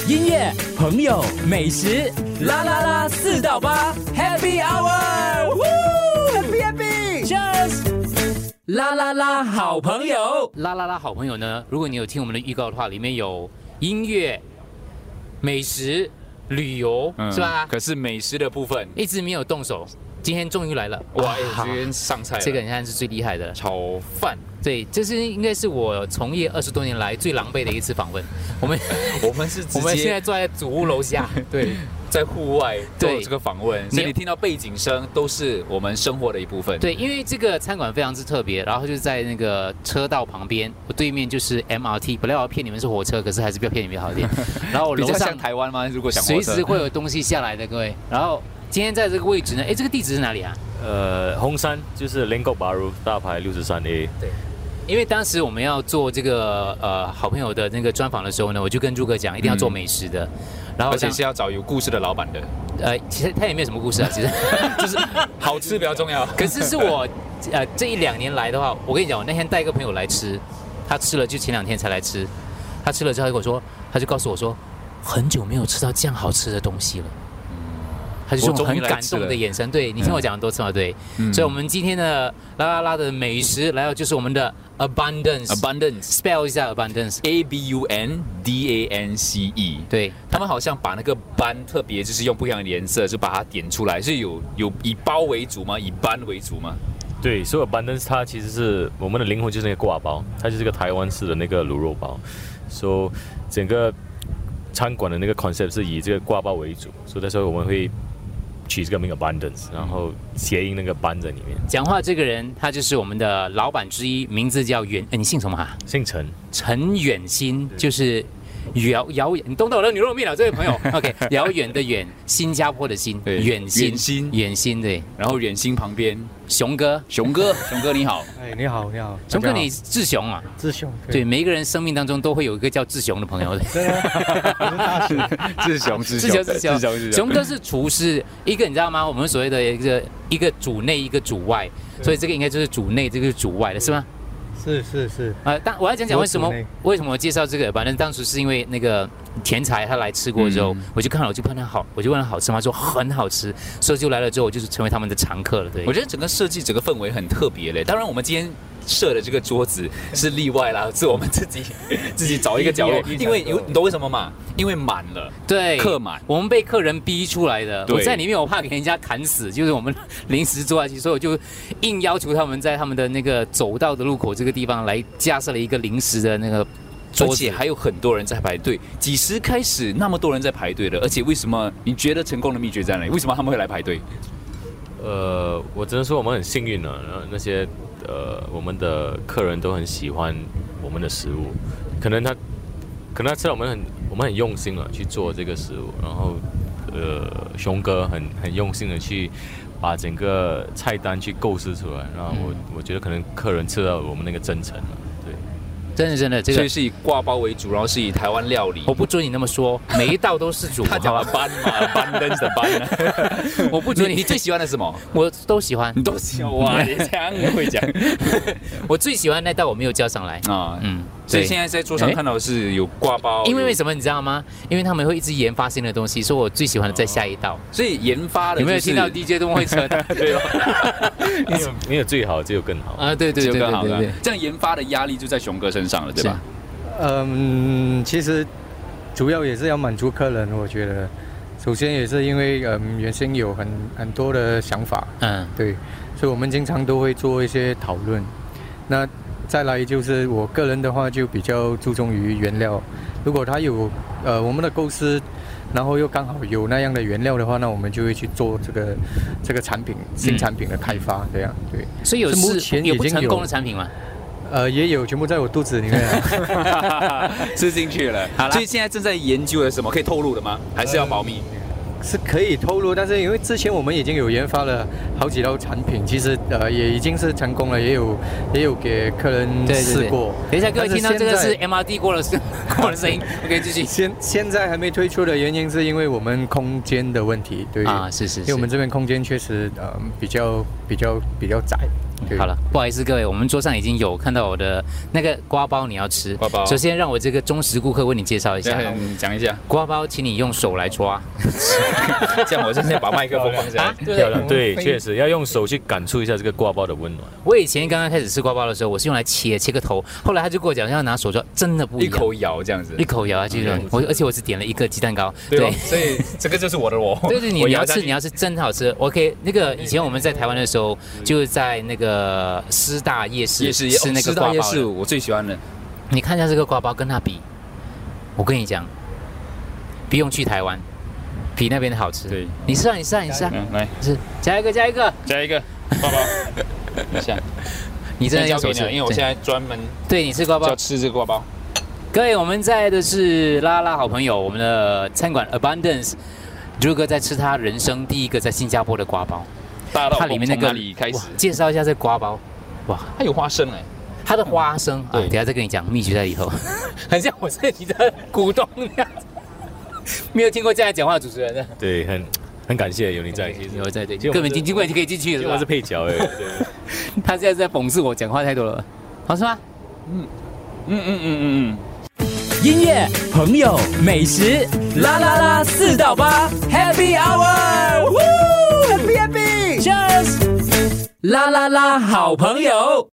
音乐、朋友、美食，啦啦啦4到8 Happy Hour，Happy Happy，Cheers！ 啦啦啦好朋友，啦啦啦好朋友呢？如果你有听我们的预告的话，里面有音乐、美食、旅游，是吧？ 可是美食的部分一直没有动手。今天终于来了！ 哇，今天上菜了。 这个你看是最厉害的炒饭。 对，这是应该是我从业20多年来最狼狈的一次访问。我们是直接我们现在坐在祖屋楼下，对， 在户外做这个访问，所以你听到背景声都是我们生活的一部分。 对，因为这个餐馆非常之特别，然后就在那个车道旁边，我对面就是 MRT。本来我要骗你们是火车，可是还是不要骗你们好一点。然后楼上像台湾吗？如果想随时会有东西下来的，各位。然后今天在这个位置呢，哎，这个地址是哪里啊？ 红山就是 Lengkok Bahru 大排63A。 对。因为当时我们要做这个好朋友的那个专访的时候呢，我就跟朱哥讲，一定要做美食的，然后而且是要找有故事的老板的。 其实他也没有什么故事啊，其实就是好吃比较重要。 可是是我这1-2年来的话，我跟你讲，我那天带一个朋友来吃，他吃了就前2天才来吃，他吃了之后他跟我说，他就告诉我说，很久没有吃到这样好吃的东西了。他就用很感动的眼神，对你听我讲的多次嘛，对，所以我们今天的啦啦啦的美食来到就是我们的 abundance，spell 一下 abundance，ABUNDANCE， 对， 他们好像把那个班特别就是用不一样的颜色就把它点出来，是有以包为主吗？以班为主吗？ 对，所以 abundance 它其实是我们的灵魂，就是那个挂包，它就是个台湾式的那个卤肉包，所以整个餐馆的那个 concept 是以这个挂包为主，所以那时候我们会取这个名 abundance， 然后谐音那个班在里面。 讲话这个人，他就是我们的老板之一，名字叫你姓什么啊？ 姓陈， 陈远新，就是遥远，你懂我的牛肉面了，这位朋友。OK， 遥远的远，新加坡的新，远新，对。 然后远新旁边， 熊哥你好。 哎，你好。 熊哥，你志雄啊？ 志雄， 对，每一个人生命当中都会有一个叫志雄的朋友。 对啊， 志雄。 熊哥是厨师，一个你知道吗？我们所谓的一个主内，一个主外，所以这个应该就是主内，这个是主外的，是吗？ 是。 但我要讲为什么我介绍这个，反正当时是因为那个田才他来吃过之后，我就看了，我就问他好吃吗？他说很好吃，所以就来了之后，我就是成为他们的常客了。对， 我觉得整个设计、整个氛围很特别嘞。当然，我们今天设的这个桌子是例外啦，是我们自己找一个角落，因为你懂为什么吗？因为满了， 对， 客满， 我们被客人逼出来的。我在里面，我怕给人家砍死，就是我们临时坐下去，所以我就硬要求他们在他们的那个走道的路口这个地方来架设了一个临时的那个桌子， 而且还有很多人在排队。几时开始那么多人在排队的？而且为什么你觉得成功的秘诀在哪里？为什么他们会来排队？ 我只能说我们很幸运了，然后那些我们的客人都很喜欢我们的食物，可能他知道我们很用心了去做这个食物，然后熊哥很用心的去把整个菜单去构思出来，然后我觉得可能客人吃到我们那个真诚了。 真的，这个所以是以挂包为主，然后是以台湾料理。 我不准你那么说，每一道都是主。 他讲了班嘛，班登的班。 我不准你最喜欢的是什么？ 我都喜欢。 你都喜欢哇？你这样会讲。 我最喜欢那道我没有叫上来啊， 所以现在在桌上看到的是有挂包。 因为什么你知道吗？因为他们会一直研发新的东西，所以我最喜欢的在下一道。 所以研发的有没有听到 DJ 都会车的？ 对哦。 没有最好，只有更好啊！对， 只有更好的。这样研发的压力就在熊哥身上了，对吧？ 其实主要也是要满足客人，我觉得。首先也是因为原先有很多的想法，对，所以我们经常都会做一些讨论。那再来就是我个人的话，就比较注重于原料。如果它有我们的构思，然后又刚好有那样的原料的话，那我们就会去做这个产品新产品的开发，这样对。 所以目前有不成功的产品吗？ 也有，全部在我肚子里面吃进去了。好了，所以现在正在研究的什么可以透露的吗？还是要保密？ 是可以透露，但是因为之前我们已经有研发了好几道产品，其实也已经是成功了，也有给客人试过。 等一下，各位听到这个是 MRT 过的声音，OK， 继续。 现在还没推出的原因是因为我们空间的问题，对啊，是， 因为我们这边空间确实比较窄。 好了，不好意思各位，我们桌上已经有看到我的那个瓜包，你要吃瓜包。 首先让我这个忠实顾客为你介绍一下， 讲一下瓜包，请你用手来抓。 这样我现在把麦克风放下来。 漂亮，对，确实要用手去感触一下这个瓜包的温暖。 我以前刚刚开始吃瓜包的时候，我是用来切个头，后来他就跟我讲要拿手抓，真的不一样， 一口咬这样子， 一口咬下去，而且我只点了一个鸡蛋糕， 对，所以这个就是我的我。 对，你要吃真好吃。OK， 那个以前我们在台湾的时候，就是在那个师大夜市吃那个瓜包。 夜市我最喜欢的。 你看一下这个瓜包跟它比，我跟你讲，不用去台湾，比那边的好吃。 对， 你试啊， 来， 是加一个瓜包，等一下， 你真的要手吃， 因为我现在专门对你吃瓜包， 要吃这个瓜包。 各位，我们在的是拉拉好朋友，我们的餐馆 Abundance， 如哥在吃他人生第一个在新加坡的瓜包。 它里面那个里开始介绍一下这瓜包，哇， 它有花生它的花生啊，等一下再跟你讲，秘诀在里头，很像我是你的股东那样子，没有听过这样讲话的主持人的。 对，很感谢有你在， 有在对，根本经过就可以进去了， 我是配角哎。 他现在是在讽刺我讲话太多了，好吃吗？ 音乐、朋友、美食，啦啦啦4到8 ，Happy Hour，Happy Happy，Cheers，啦啦啦，好朋友。